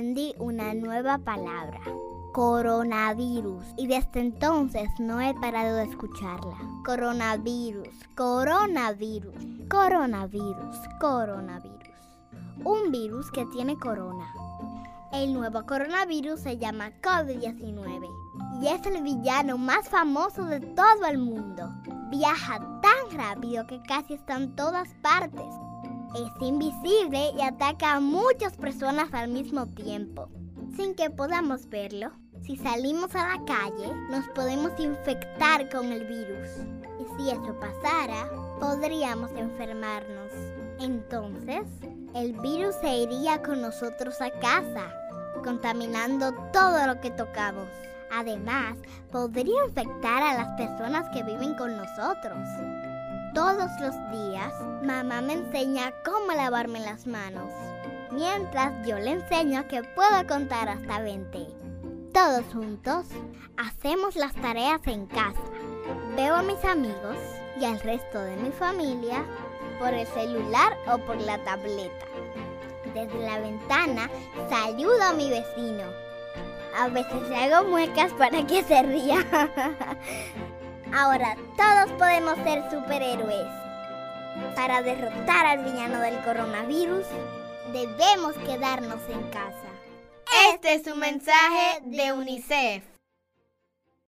aprendí una nueva palabra: coronavirus. Y desde entonces no he parado de escucharla. Coronavirus, coronavirus, coronavirus, coronavirus. Un virus que tiene corona. El nuevo coronavirus se llama COVID-19 y es el villano más famoso de todo el mundo. Viaja tan rápido que casi está en todas partes. Es invisible y ataca a muchas personas al mismo tiempo, sin que podamos verlo. Si salimos a la calle, nos podemos infectar con el virus. Y si eso pasara, podríamos enfermarnos. Entonces, el virus se iría con nosotros a casa, contaminando todo lo que tocamos. Además, podría infectar a las personas que viven con nosotros. Todos los días, mamá me enseña cómo lavarme las manos, mientras yo le enseño que puedo contar hasta 20. Todos juntos, hacemos las tareas en casa. Veo a mis amigos y al resto de mi familia por el celular o por la tableta. Desde la ventana saludo a mi vecino. A veces le hago muecas para que se ría. Ahora todos podemos ser superhéroes. Para derrotar al villano del coronavirus, debemos quedarnos en casa. Este es un mensaje de UNICEF.